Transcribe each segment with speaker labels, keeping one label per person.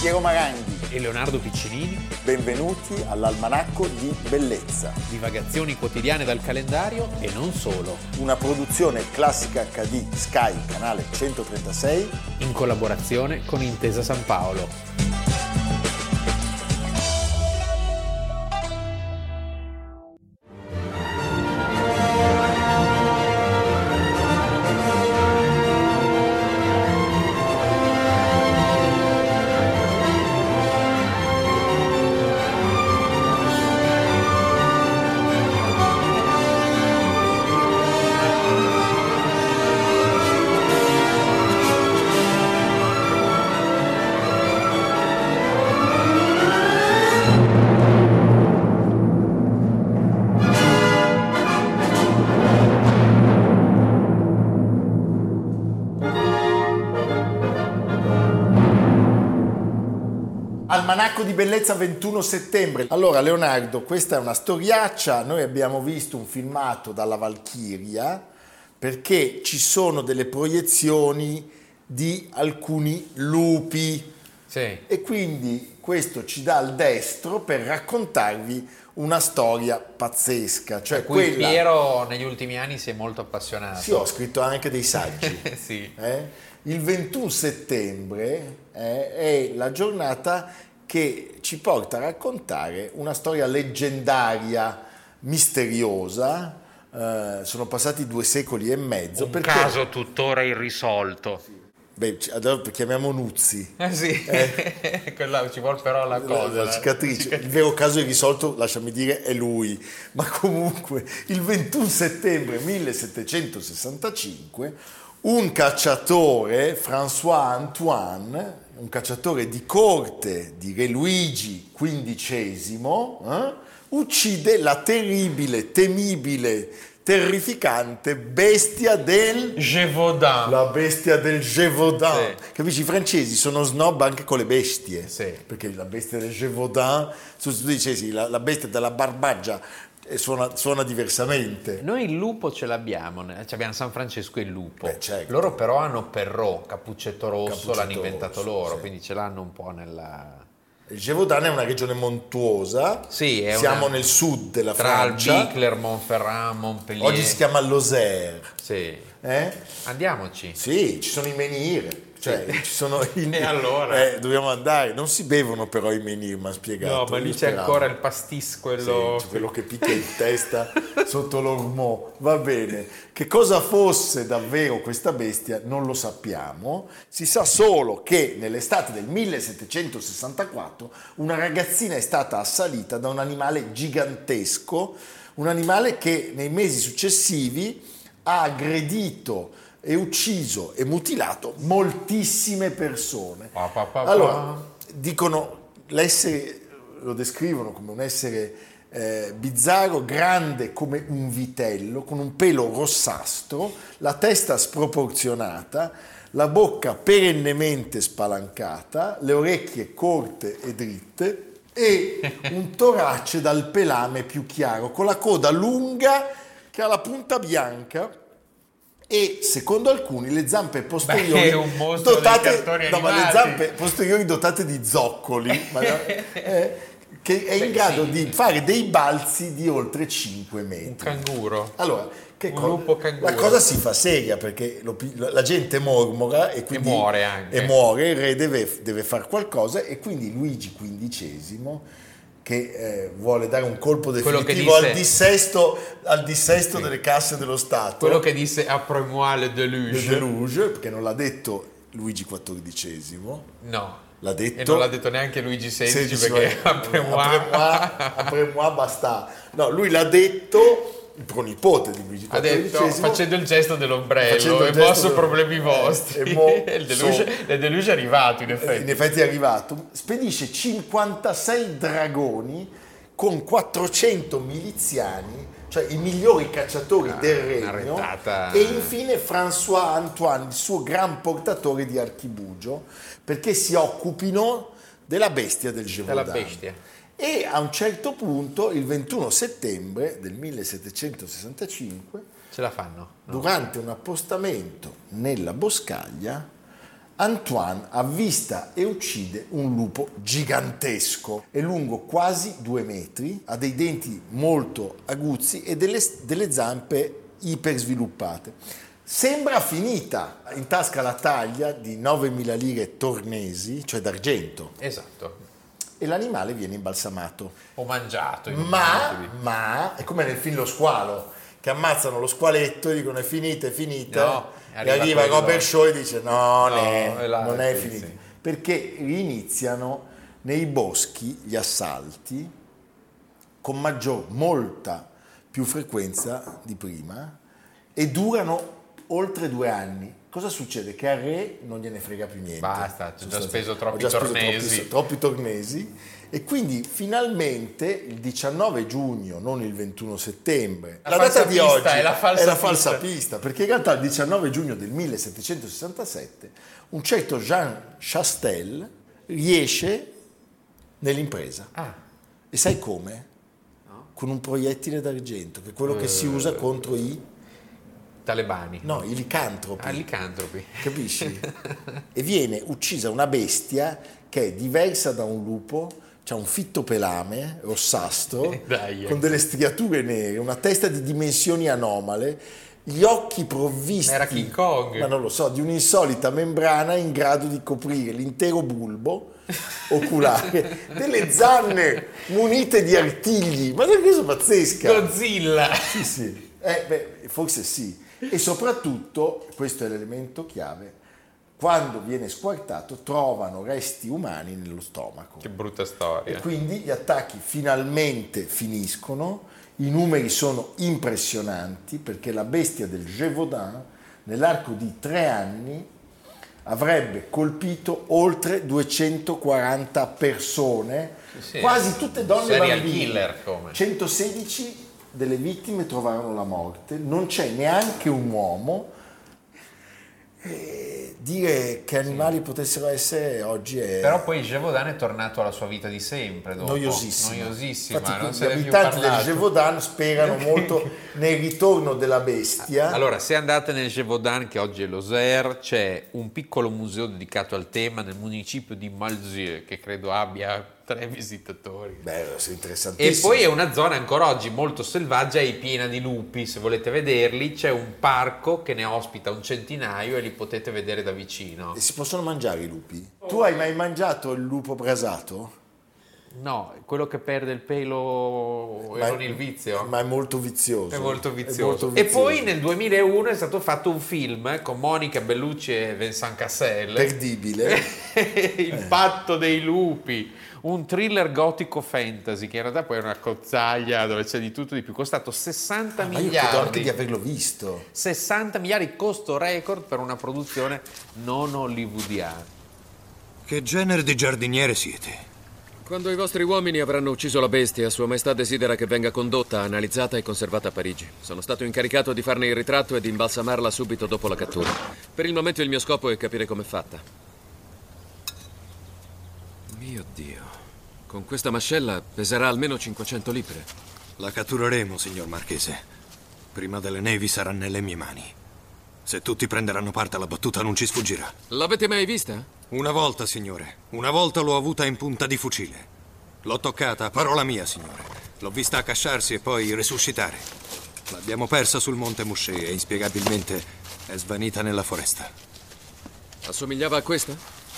Speaker 1: Piero Maranghi
Speaker 2: e Leonardo Piccinini.
Speaker 1: Benvenuti all'Almanacco di Bellezza.
Speaker 2: Divagazioni quotidiane dal calendario e non solo.
Speaker 1: Una produzione Classica HD Sky, canale 136.
Speaker 2: In collaborazione con Intesa San Paolo.
Speaker 1: Almanacco di Bellezza 21 settembre. Allora Leonardo, questa è una storiaccia, noi abbiamo visto un filmato dalla Valchiria perché ci sono delle proiezioni di alcuni lupi.
Speaker 2: Sì.
Speaker 1: E quindi questo ci dà il destro per raccontarvi una storia pazzesca. Cioè quella...
Speaker 2: Piero negli ultimi anni si è molto appassionato.
Speaker 1: Sì, ho scritto anche dei saggi.
Speaker 2: Sì.
Speaker 1: Il 21 settembre è la giornata che ci porta a raccontare una storia leggendaria, misteriosa. Sono passati 2 secoli e mezzo.
Speaker 3: Un caso tuttora irrisolto.
Speaker 1: Beh, allora chiamiamo Nuzzi.
Speaker 2: Sì, quella ci vuole però la cosa.
Speaker 1: La cicatrice. Il vero caso irrisolto, lasciami dire, è lui. Ma comunque, il 21 settembre 1765, un cacciatore, François Antoine, un cacciatore di corte di Re Luigi XV, uccide la terribile, temibile, terrificante bestia del
Speaker 2: Gévaudan.
Speaker 1: La bestia del Gévaudan.
Speaker 2: Sì.
Speaker 1: Capisci? I francesi sono snob anche con le bestie.
Speaker 2: Sì.
Speaker 1: Perché la bestia del Gévaudan, se tu dicessi la bestia della Barbaggia, suona diversamente.
Speaker 2: Noi il lupo ce l'abbiamo, abbiamo San Francesco e il lupo.
Speaker 1: Beh, certo.
Speaker 2: Loro però hanno Perrault, Cappuccetto Rosso,
Speaker 1: Cappuccetto
Speaker 2: l'hanno inventato
Speaker 1: Rosso,
Speaker 2: loro,
Speaker 1: sì.
Speaker 2: quindi ce l'hanno un po' nella...
Speaker 1: Il Gévaudan è una regione montuosa,
Speaker 2: Sì,
Speaker 1: siamo nel sud della
Speaker 2: tra il
Speaker 1: Francia.
Speaker 2: Bicler, Montferrand, Montpellier.
Speaker 1: Oggi si chiama Lozère.
Speaker 2: Sì.
Speaker 1: Eh?
Speaker 2: Andiamoci.
Speaker 1: Sì, ci sono i menhir. Cioè, ci sono
Speaker 2: E allora?
Speaker 1: Dobbiamo andare. Non si bevono però i menhir, mi ha spiegato.
Speaker 2: No, ma lì
Speaker 1: Io
Speaker 2: c'è
Speaker 1: speravo.
Speaker 2: ancora il pastis, quello...
Speaker 1: Sì, quello che picchia in testa sotto l'ormeau. Va bene. Che cosa fosse davvero questa bestia non lo sappiamo. Si sa solo che nell'estate del 1764 una ragazzina è stata assalita da un animale gigantesco, un animale che nei mesi successivi ha aggredito e ucciso e mutilato moltissime persone. Allora, dicono, l'essere, lo descrivono come un essere bizzarro, grande come un vitello, con un pelo rossastro, la testa sproporzionata, la bocca perennemente spalancata, le orecchie corte e dritte e un torace dal pelame più chiaro, con la coda lunga che ha la punta bianca. E secondo alcuni le zampe posteriori
Speaker 2: è un mostro dei cartoni
Speaker 1: no, ma le
Speaker 2: animati.
Speaker 1: zampe posteriori dotate di zoccoli, che è in grado di fare dei balzi di oltre 5 metri.
Speaker 2: Un canguro.
Speaker 1: Allora,
Speaker 2: lupo canguro.
Speaker 1: la cosa si fa seria perché la gente mormora e quindi
Speaker 2: muore anche.
Speaker 1: E muore, il re deve fare qualcosa e quindi Luigi XV, che vuole dare un colpo definitivo al dissesto
Speaker 2: Sì.
Speaker 1: delle casse dello Stato.
Speaker 2: Quello che disse après-moi le
Speaker 1: Deluge, perché non l'ha detto Luigi XIV.
Speaker 2: No.
Speaker 1: L'ha detto.
Speaker 2: E non l'ha detto neanche Luigi XVI perché
Speaker 1: après-moi basta. No, lui l'ha detto, il pronipote di Luigi XIV.
Speaker 2: Ha detto, facendo il gesto dell'ombrello,
Speaker 1: Facendo il
Speaker 2: e
Speaker 1: gesto
Speaker 2: posso
Speaker 1: del-
Speaker 2: problemi vostri. Il deluge è arrivato, in effetti.
Speaker 1: In effetti è arrivato. Spedisce 56 dragoni con 400 miliziani, cioè i migliori cacciatori del
Speaker 2: una
Speaker 1: regno,
Speaker 2: retata.
Speaker 1: e infine François Antoine, il suo gran portatore di archibugio, perché si occupino della bestia del Gévaudan.
Speaker 2: Della bestia.
Speaker 1: E a un certo punto, il 21 settembre del 1765,
Speaker 2: Ce la fanno? No.
Speaker 1: durante un appostamento nella boscaglia, Antoine avvista e uccide un lupo gigantesco, è lungo quasi 2 metri, ha dei denti molto aguzzi e delle zampe ipersviluppate. Sembra finita, in tasca la taglia di 9.000 lire tornesi, cioè d'argento,
Speaker 2: Esatto.
Speaker 1: e l'animale viene imbalsamato.
Speaker 2: Ho mangiato.
Speaker 1: Ma è come nel film Lo Squalo, che ammazzano lo squaletto e dicono è finita,
Speaker 2: No,
Speaker 1: e arriva
Speaker 2: quello.
Speaker 1: Robert Shaw e dice no,
Speaker 2: là,
Speaker 1: non è
Speaker 2: sì,
Speaker 1: finita.
Speaker 2: sì.
Speaker 1: Perché riniziano nei boschi gli assalti con molta più frequenza di prima e durano oltre 2 anni. Cosa succede? Che al re non gliene frega più niente.
Speaker 2: Basta, ho già speso
Speaker 1: Ho
Speaker 2: troppi
Speaker 1: già speso
Speaker 2: tornesi.
Speaker 1: troppi tornesi. E quindi finalmente il 19 giugno, non il 21 settembre,
Speaker 2: La
Speaker 1: la data
Speaker 2: falsa
Speaker 1: di
Speaker 2: pista,
Speaker 1: oggi
Speaker 2: è la falsa pista.
Speaker 1: pista, perché in realtà il 19 giugno del 1767 un certo Jean Chastel riesce nell'impresa. E sai come? Con un proiettile d'argento, che è quello che si usa contro i
Speaker 2: Talebani.
Speaker 1: licantropi.
Speaker 2: Licantropi.
Speaker 1: Capisci? E viene uccisa una bestia che è diversa da un lupo, c'ha un fitto pelame rossastro,
Speaker 2: Dai,
Speaker 1: con delle striature nere, una testa di dimensioni anomale, gli occhi provvisti,
Speaker 2: Ma era King Kong.
Speaker 1: ma non lo so, di un'insolita membrana in grado di coprire l'intero bulbo oculare, delle zanne munite di artigli, ma è una cosa pazzesca.
Speaker 2: Godzilla.
Speaker 1: Sì. Forse sì. E soprattutto, questo è l'elemento chiave, quando viene squartato trovano resti umani nello stomaco.
Speaker 2: Che brutta storia.
Speaker 1: E quindi gli attacchi finalmente finiscono, i numeri sono impressionanti perché la bestia del Gévaudan nell'arco di 3 anni avrebbe colpito oltre 240 persone,
Speaker 2: Sì.
Speaker 1: quasi tutte donne e
Speaker 2: Serial
Speaker 1: bambini.
Speaker 2: killer, come?
Speaker 1: 116 delle vittime trovarono la morte, non c'è neanche un uomo. E dire che animali potessero essere oggi è
Speaker 2: Però poi Gévaudan è tornato alla sua vita di sempre dopo.
Speaker 1: noiosissimo.
Speaker 2: Noiosissima, non
Speaker 1: Infatti,
Speaker 2: se
Speaker 1: gli
Speaker 2: ne è più
Speaker 1: abitanti del
Speaker 2: parlato.
Speaker 1: Gévaudan sperano molto nel ritorno della bestia.
Speaker 2: Allora, se andate nel Gévaudan, che oggi è Lozère, c'è un piccolo museo dedicato al tema nel municipio di Malzieu, che credo abbia 3 visitatori.
Speaker 1: Beh, è
Speaker 2: E
Speaker 1: interessantissimo.
Speaker 2: poi è una zona ancora oggi molto selvaggia e piena di lupi. Se volete vederli, c'è un parco che ne ospita un centinaio e li potete vedere da vicino.
Speaker 1: E si possono mangiare i lupi? Tu hai mai mangiato il lupo brasato?
Speaker 2: No, quello che perde il pelo e non il vizio.
Speaker 1: Ma è molto vizioso.
Speaker 2: È molto
Speaker 1: È
Speaker 2: vizioso.
Speaker 1: molto
Speaker 2: E
Speaker 1: vizioso.
Speaker 2: poi nel 2001 è stato fatto un film con Monica Bellucci e Vincent Cassel.
Speaker 1: Perdibile.
Speaker 2: Il patto dei lupi, un thriller gotico fantasy che in realtà poi è una cozzaglia dove c'è di tutto di più, costato 60
Speaker 1: Ma io credo anche
Speaker 2: miliardi.
Speaker 1: di averlo visto.
Speaker 2: 60 miliardi, costo record per una produzione non hollywoodiana.
Speaker 4: Che genere di giardiniere siete?
Speaker 5: Quando i vostri uomini avranno ucciso la bestia, Sua Maestà desidera che venga condotta, analizzata e conservata a Parigi. Sono stato incaricato di farne il ritratto e di imbalsamarla subito dopo la cattura. Per il momento il mio scopo è capire com'è fatta. Mio Dio. Con questa mascella peserà almeno 500 libbre.
Speaker 4: La cattureremo, signor Marchese. Prima delle nevi sarà nelle mie mani. Se tutti prenderanno parte alla battuta non ci sfuggirà.
Speaker 5: L'avete mai vista?
Speaker 4: Una volta, signore. Una volta l'ho avuta in punta di fucile. L'ho toccata, a parola mia, signore. L'ho vista accasciarsi e poi resuscitare. L'abbiamo persa sul monte Mouchet e inspiegabilmente è svanita nella foresta.
Speaker 5: Assomigliava a questa?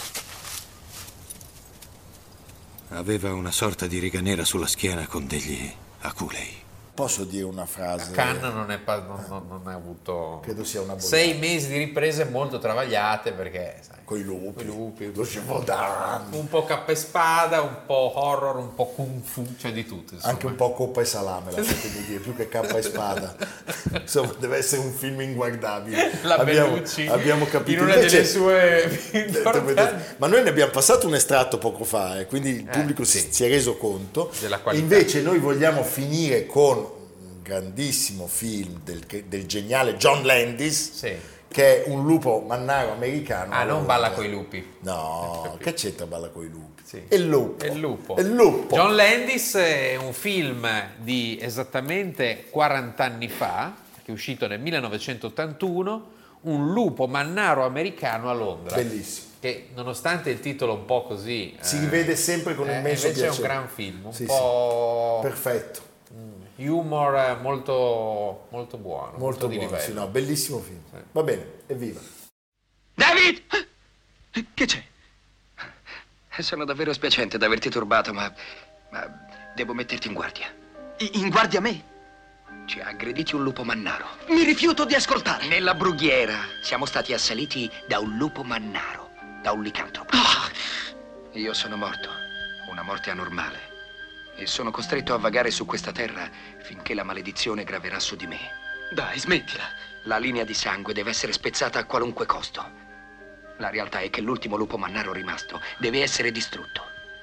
Speaker 4: Aveva una sorta di riga nera sulla schiena con degli aculei.
Speaker 1: Posso dire una frase?
Speaker 2: Cannes non ha avuto
Speaker 1: Credo sia una boiata.
Speaker 2: 6 mesi di riprese molto travagliate perché sai,
Speaker 1: Coi lupi.
Speaker 2: coi lupi,
Speaker 1: Lo Gévaudan.
Speaker 2: un po' cappa e spada, un po' horror, un po' kung fu, c'è di tutto insomma.
Speaker 1: Anche un po' coppa e salame, lasciatemi dire, più che cappa e spada. Insomma, deve essere un film inguardabile.
Speaker 2: La Bellucci
Speaker 1: abbiamo capito.
Speaker 2: in una
Speaker 1: Invece-
Speaker 2: delle sue più importanti.
Speaker 1: Ma noi ne abbiamo passato un estratto poco fa, quindi il pubblico
Speaker 2: sì.
Speaker 1: si è reso conto.
Speaker 2: Della qualità.
Speaker 1: Invece noi vogliamo finire con un grandissimo film del geniale John Landis,
Speaker 2: Sì.
Speaker 1: che è un lupo mannaro americano.
Speaker 2: Ah, non balla coi lupi.
Speaker 1: No, che c'entra balla coi lupi?
Speaker 2: Sì.
Speaker 1: È il lupo.
Speaker 2: È il lupo.
Speaker 1: È il lupo.
Speaker 2: John Landis è un film di esattamente 40 anni fa, che è uscito nel 1981, un lupo mannaro americano a Londra.
Speaker 1: Bellissimo.
Speaker 2: Che nonostante il titolo un po' così...
Speaker 1: Si rivede sempre con immenso
Speaker 2: invece
Speaker 1: piacere.
Speaker 2: è un gran film, un
Speaker 1: Sì,
Speaker 2: po'
Speaker 1: sì. Perfetto.
Speaker 2: humor molto, molto buono.
Speaker 1: Molto
Speaker 2: di
Speaker 1: buono,
Speaker 2: livello.
Speaker 1: sì, no, bellissimo film. Va bene, evviva.
Speaker 6: David! Che c'è? Sono davvero spiacente d'averti turbato, ma devo metterti in guardia.
Speaker 7: In guardia a me?
Speaker 6: Ci ha aggrediti un lupo mannaro.
Speaker 7: Mi rifiuto di ascoltare.
Speaker 6: Nella brughiera siamo stati assaliti da un lupo mannaro, da un licantropo. Io sono morto, una morte anormale, e sono costretto a vagare su questa terra finché la maledizione graverà su di me.
Speaker 7: Dai, smettila.
Speaker 6: La linea di sangue deve essere spezzata a qualunque costo. La realtà è che l'ultimo lupo mannaro rimasto deve essere distrutto.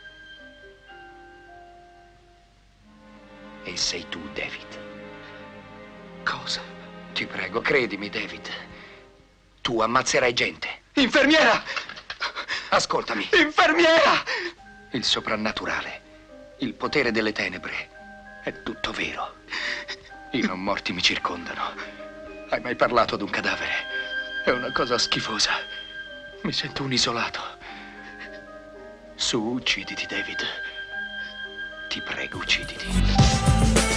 Speaker 6: E sei tu, David.
Speaker 7: Cosa?
Speaker 6: Ti prego, credimi, David. Tu ammazzerai gente.
Speaker 7: Infermiera!
Speaker 6: Ascoltami.
Speaker 7: Infermiera!
Speaker 6: Il soprannaturale, il potere delle tenebre, è tutto vero. I non morti mi circondano. Hai mai parlato ad un cadavere? È una cosa schifosa. Mi sento un isolato. Su, ucciditi, David. Ti prego, ucciditi.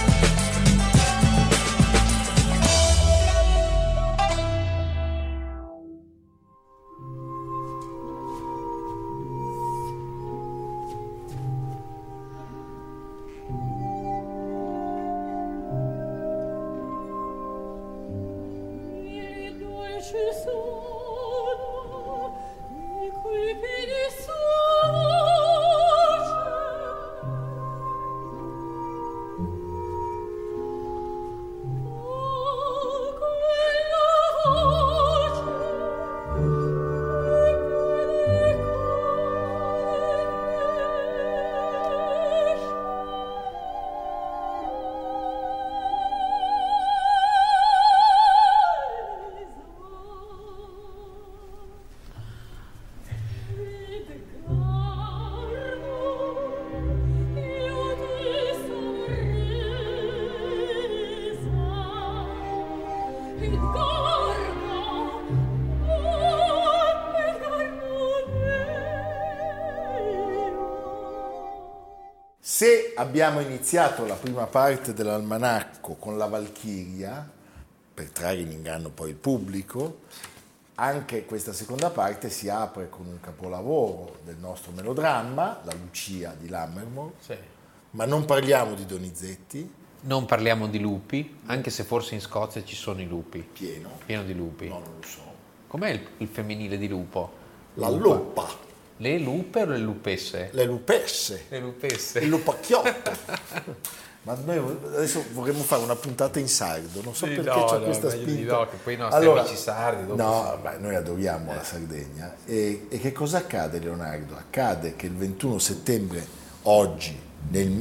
Speaker 1: Se abbiamo iniziato la prima parte dell'almanacco con la Valchiria, per trarre in inganno poi il pubblico, anche questa seconda parte si apre con un capolavoro del nostro melodramma, La Lucia di Lammermoor,
Speaker 2: Sì.
Speaker 1: ma non parliamo di Donizetti,
Speaker 2: Non parliamo di lupi, anche se forse in Scozia ci sono i lupi.
Speaker 1: pieno,
Speaker 2: Pieno di lupi.
Speaker 1: no, non lo so,
Speaker 2: Com'è il femminile di lupo?
Speaker 1: la lupa,
Speaker 2: Le lupe o le lupesse?
Speaker 1: le lupesse,
Speaker 2: Le lupesse.
Speaker 1: il lupacchiotto. Ma noi adesso vorremmo fare una puntata in sardo, non so
Speaker 2: Sì,
Speaker 1: perché
Speaker 2: no,
Speaker 1: c'è
Speaker 2: no,
Speaker 1: questa
Speaker 2: meglio di
Speaker 1: spinta.
Speaker 2: no, che poi i nostri amici sardi dopo
Speaker 1: No, beh, noi adoriamo la Sardegna. E che cosa accade, Leonardo? Accade che il 21 settembre, oggi, nel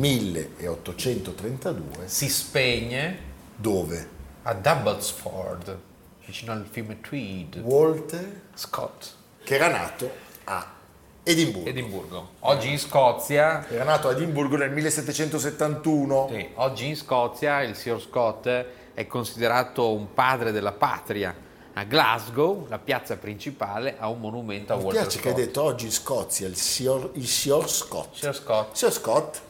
Speaker 1: 1832,
Speaker 2: si spegne
Speaker 1: dove
Speaker 2: ad Abbotsford, vicino al fiume Tweed.
Speaker 1: Walter,
Speaker 2: Scott.
Speaker 1: che era nato a Edimburgo.
Speaker 2: Edimburgo. Oggi in Scozia,
Speaker 1: Era nato a Edimburgo nel 1771.
Speaker 2: sì, oggi in Scozia il signor Scott è considerato un padre della patria. A Glasgow, la piazza principale, ha un monumento a
Speaker 1: Mi
Speaker 2: Walter
Speaker 1: piace che hai
Speaker 2: Scott.
Speaker 1: detto oggi in Scozia il signor Scott.
Speaker 2: Signor Scott.
Speaker 1: Signor Scott,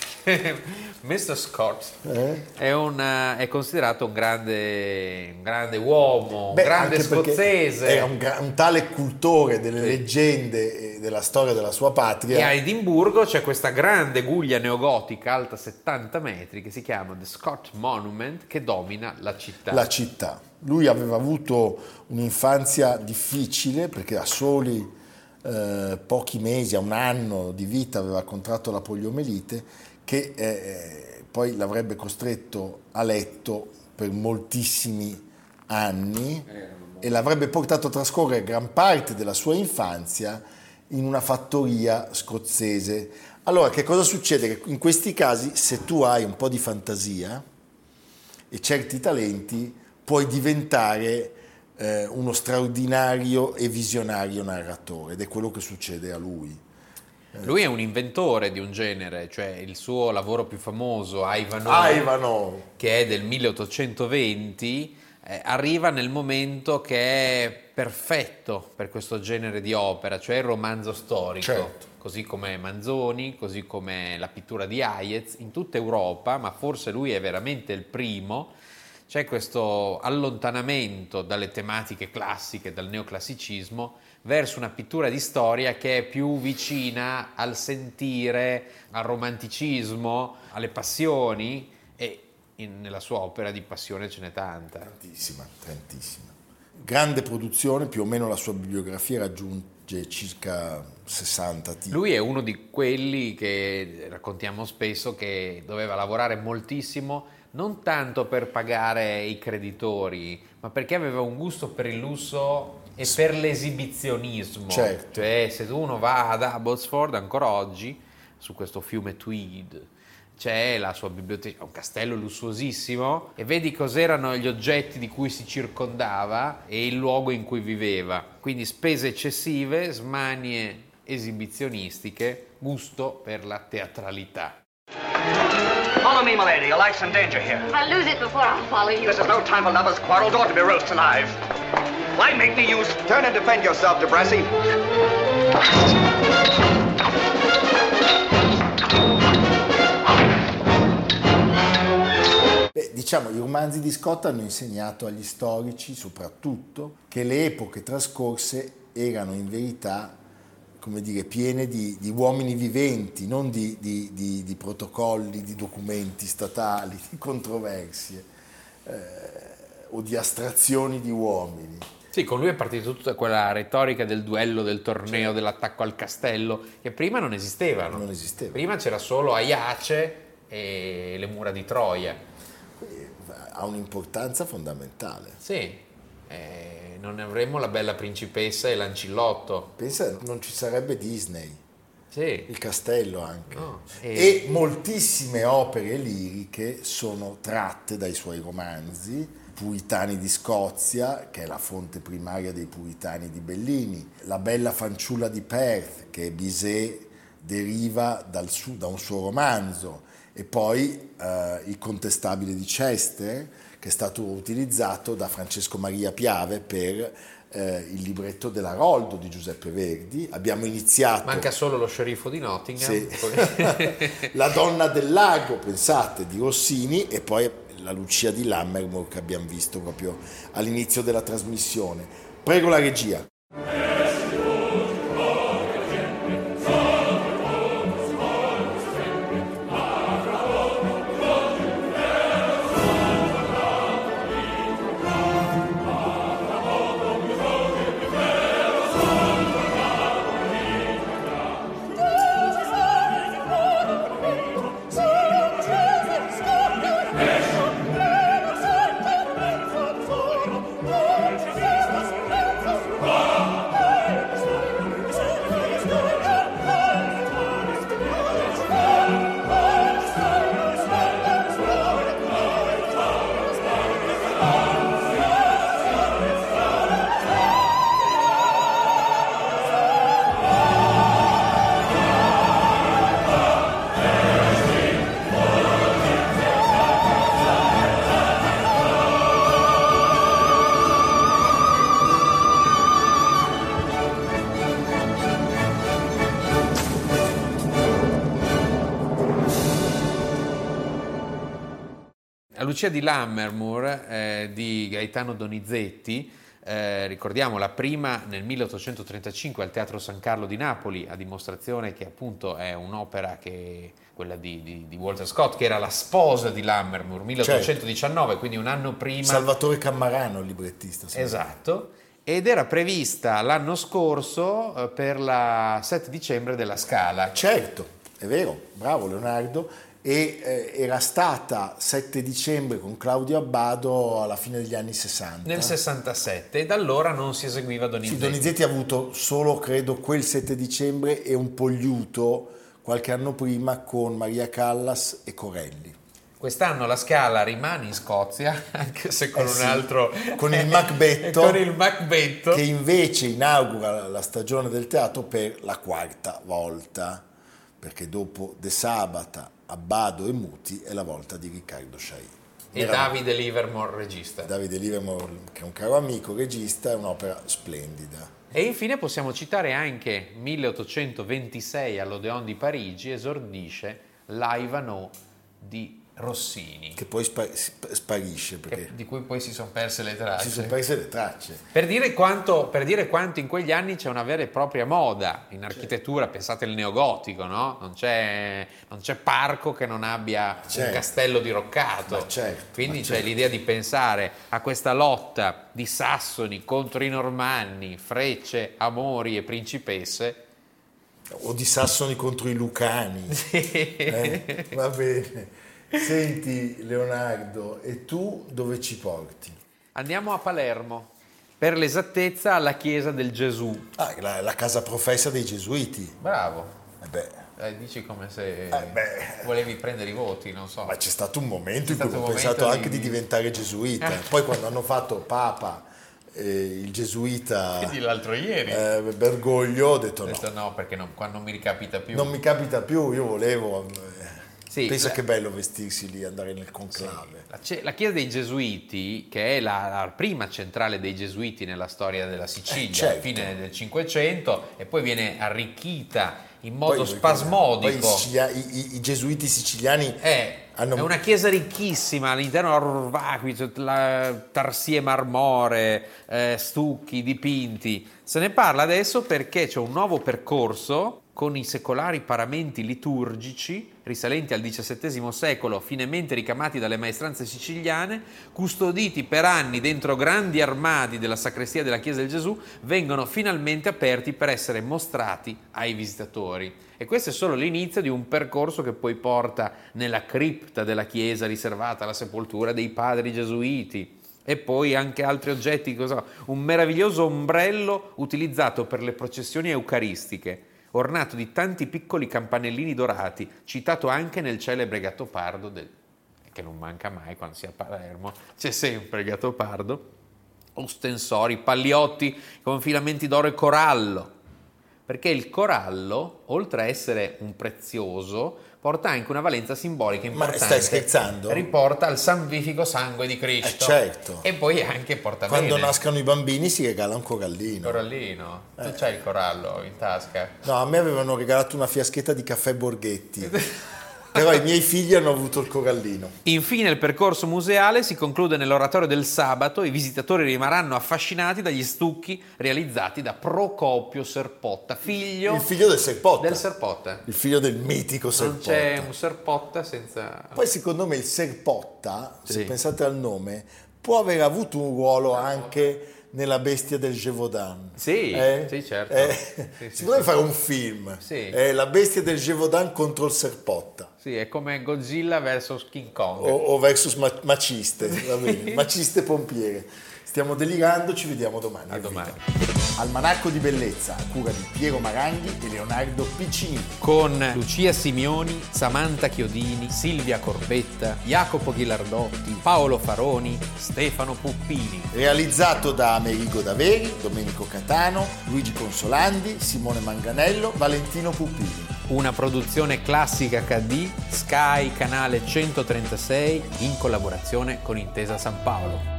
Speaker 2: Mr. Scott
Speaker 1: eh?
Speaker 2: è considerato un grande uomo, un
Speaker 1: Beh,
Speaker 2: grande
Speaker 1: anche perché
Speaker 2: scozzese.
Speaker 1: era un tale cultore delle leggende e della storia della sua patria.
Speaker 2: E a Edimburgo c'è questa grande guglia neogotica alta 70 metri che si chiama The Scott Monument, che domina la città.
Speaker 1: La città. Lui aveva avuto un'infanzia difficile perché a soli pochi mesi, a un anno di vita, aveva contratto la poliomelite che poi l'avrebbe costretto a letto per moltissimi anni e l'avrebbe portato a trascorrere gran parte della sua infanzia in una fattoria scozzese. Allora, che cosa succede? Che in questi casi, se tu hai un po' di fantasia e certi talenti, puoi diventare uno straordinario e visionario narratore, ed è quello che succede a lui.
Speaker 2: Lui è un inventore di un genere, cioè il suo lavoro più famoso, Ivanhoe,
Speaker 1: Ivanhoe,
Speaker 2: che è del 1820, arriva nel momento che è perfetto per questo genere di opera, cioè il romanzo storico.
Speaker 1: Certo.
Speaker 2: Così come Manzoni, così come la pittura di Hayez, in tutta Europa, ma forse lui è veramente il primo, c'è questo allontanamento dalle tematiche classiche, dal neoclassicismo, verso una pittura di storia che è più vicina al sentire, al romanticismo, alle passioni, e nella sua opera di passione ce n'è tanta.
Speaker 1: Tantissima. Grande produzione, più o meno la sua bibliografia raggiunge circa 60 titoli.
Speaker 2: Lui è uno di quelli che raccontiamo spesso che doveva lavorare moltissimo, non tanto per pagare i creditori, ma perché aveva un gusto per il lusso e per l'esibizionismo.
Speaker 1: Certo.
Speaker 2: Cioè, se uno va ad Abbotsford ancora oggi, su questo fiume Tweed, c'è la sua biblioteca, un castello lussuosissimo, e vedi cos'erano gli oggetti di cui si circondava e il luogo in cui viveva. Quindi spese eccessive, smanie esibizionistiche, gusto per la teatralità.
Speaker 8: Follow me, my lady. Your life's in danger here.
Speaker 9: If I lose it before I'll follow you.
Speaker 8: This is no time for lovers' quarrels or to be roast alive. Why make me use...
Speaker 10: Turn and defend yourself, De Brassy.
Speaker 1: Diciamo, i romanzi di Scott hanno insegnato agli storici, soprattutto, che le epoche trascorse erano in verità, come dire, piene di uomini viventi, non di protocolli, di documenti statali, di controversie o di astrazioni di uomini.
Speaker 2: Sì, con lui è partita tutta quella retorica del duello, del torneo, dell'attacco al castello, che prima non esistevano.
Speaker 1: Non esisteva.
Speaker 2: Prima c'era solo Aiace e le mura di Troia.
Speaker 1: Ha un'importanza fondamentale.
Speaker 2: Sì, non avremmo la bella principessa e l'ancillotto.
Speaker 1: Pensa, non ci sarebbe Disney,
Speaker 2: Sì.
Speaker 1: il castello anche.
Speaker 2: No,
Speaker 1: E moltissime opere liriche sono tratte dai suoi romanzi. Puritani di Scozia, che è la fonte primaria dei puritani di Bellini, La bella fanciulla di Perth, che Bizet deriva da un suo romanzo, e poi Il contestabile di Chester, che è stato utilizzato da Francesco Maria Piave per il libretto dell'Aroldo di Giuseppe Verdi. Abbiamo iniziato...
Speaker 2: Manca solo lo sceriffo di Nottingham.
Speaker 1: Sì. La donna del lago, pensate, di Rossini, e poi la Lucia di Lammermoor, che abbiamo visto proprio all'inizio della trasmissione. Prego la regia.
Speaker 2: Lucia di Lammermoor di Gaetano Donizetti, ricordiamo la prima nel 1835 al Teatro San Carlo di Napoli, a dimostrazione che appunto è un'opera che quella di Walter Scott, che era la sposa di Lammermoor, 1819, certo. Quindi un anno prima.
Speaker 1: Salvatore Cammarano, il librettista.
Speaker 2: Esatto, ed era prevista l'anno scorso per la 7 dicembre della Scala.
Speaker 1: Certo, è vero, bravo Leonardo. E era stata 7 dicembre con Claudio Abbado alla fine degli anni 60.
Speaker 2: Nel 67, e da allora non si eseguiva Donizetti.
Speaker 1: Sì, Donizetti ha avuto solo, credo, quel 7 dicembre e un Pogliuto qualche anno prima con Maria Callas e Corelli.
Speaker 2: Quest'anno la Scala rimane in Scozia, anche se con un altro...
Speaker 1: Con il Macbetto,
Speaker 2: con il Macbetto,
Speaker 1: che invece inaugura la stagione del teatro per la 4ª volta, perché dopo De Sabata, Abbado e Muti è la volta di Riccardo Sciai.
Speaker 2: E Davide Livermore, regista.
Speaker 1: Davide Livermore, che è un caro amico regista, è un'opera splendida.
Speaker 2: E infine possiamo citare anche 1826 all'Odeon di Parigi esordisce l'Ivanhoe di Rossini.
Speaker 1: Che poi sparisce. Perché
Speaker 2: di cui poi si sono perse le tracce.
Speaker 1: Si sono perse le tracce.
Speaker 2: Per dire quanto in quegli anni c'è una vera e propria moda in architettura, pensate al neogotico, no? Non c'è parco che non abbia un castello diroccato. Quindi c'è l'idea di pensare a questa lotta di Sassoni contro i Normanni, frecce, amori e principesse.
Speaker 1: O di Sassoni contro i Lucani. Va bene. Senti Leonardo, e tu dove ci porti?
Speaker 2: Andiamo a Palermo, per l'esattezza alla chiesa del Gesù.
Speaker 1: La casa professa dei Gesuiti.
Speaker 2: Bravo.
Speaker 1: Dici
Speaker 2: come se volevi prendere i voti, non so.
Speaker 1: Ma c'è stato un momento in cui ho pensato anche di diventare gesuita. Poi quando hanno fatto Papa il gesuita,
Speaker 2: quindi l'altro ieri,
Speaker 1: Bergoglio, ho detto
Speaker 2: no, perché quando non mi ricapita più.
Speaker 1: Non mi capita più, io volevo... Pensa che bello vestirsi lì, andare nel conclave.
Speaker 2: Sì. La chiesa dei Gesuiti, che è la prima centrale dei Gesuiti nella storia della Sicilia, alla fine del Cinquecento, e poi viene arricchita in modo spasmodico.
Speaker 1: Poi i Gesuiti siciliani
Speaker 2: è una chiesa ricchissima, all'interno tarsie marmoree, stucchi, dipinti. Se ne parla adesso perché c'è un nuovo percorso con i secolari paramenti liturgici risalenti al XVII secolo, finemente ricamati dalle maestranze siciliane, custoditi per anni dentro grandi armadi della sacrestia della Chiesa del Gesù, vengono finalmente aperti per essere mostrati ai visitatori. E questo è solo l'inizio di un percorso che poi porta nella cripta della chiesa riservata alla sepoltura dei padri gesuiti. E poi anche altri oggetti, un meraviglioso ombrello utilizzato per le processioni eucaristiche, ornato di tanti piccoli campanellini dorati, citato anche nel celebre Gattopardo, che non manca mai quando si è a Palermo, c'è sempre il Gattopardo, ostensori, pagliotti con filamenti d'oro e corallo, perché il corallo, oltre a essere un prezioso, porta anche una valenza simbolica importante.
Speaker 1: Ma stai scherzando?
Speaker 2: Riporta al salvifico sangue di Cristo.
Speaker 1: Certo.
Speaker 2: E poi anche porta
Speaker 1: quando
Speaker 2: bene.
Speaker 1: nascano i bambini si regala un corallino.
Speaker 2: Tu c'hai il corallo in tasca?
Speaker 1: No, a me avevano regalato una fiaschetta di caffè Borghetti. Però i miei figli hanno avuto il corallino.
Speaker 2: Infine il percorso museale si conclude nell'oratorio del sabato. I visitatori rimarranno affascinati dagli stucchi realizzati da Procopio Serpotta,
Speaker 1: il figlio del Serpotta. Il figlio del mitico Serpotta.
Speaker 2: Non c'è un Serpotta senza...
Speaker 1: Poi secondo me il Serpotta, se pensate al nome, può aver avuto un ruolo anche nella bestia del Gévaudan.
Speaker 2: Sì, certo.
Speaker 1: Si potrebbe fare un film. La bestia del Gévaudan contro il Serpotta.
Speaker 2: Sì, è come Godzilla versus King Kong.
Speaker 1: O versus Maciste, va bene. Maciste pompiere. Stiamo delirando, ci vediamo domani.
Speaker 2: A domani.
Speaker 1: Almanacco di bellezza, a cura di Piero Maranghi e Leonardo Piccini.
Speaker 2: Con Lucia Simioni, Samantha Chiodini, Silvia Corbetta, Jacopo Ghilardotti, Paolo Faroni, Stefano Puppini.
Speaker 1: Realizzato da Amerigo Daveri, Domenico Catano, Luigi Consolandi, Simone Manganello, Valentino Puppini.
Speaker 2: Una produzione Classica HD, Sky Canale 136, in collaborazione con Intesa San Paolo.